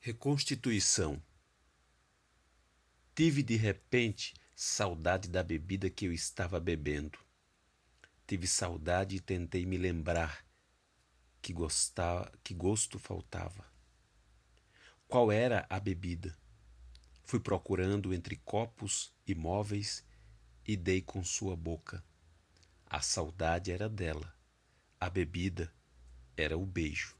Reconstituição. Tive de repente saudade da bebida que eu estava bebendo. Tive saudade e tentei me lembrar que gosto faltava. Qual era a bebida? Fui procurando entre copos e móveis e dei com sua boca. A saudade era dela. A bebida era o beijo.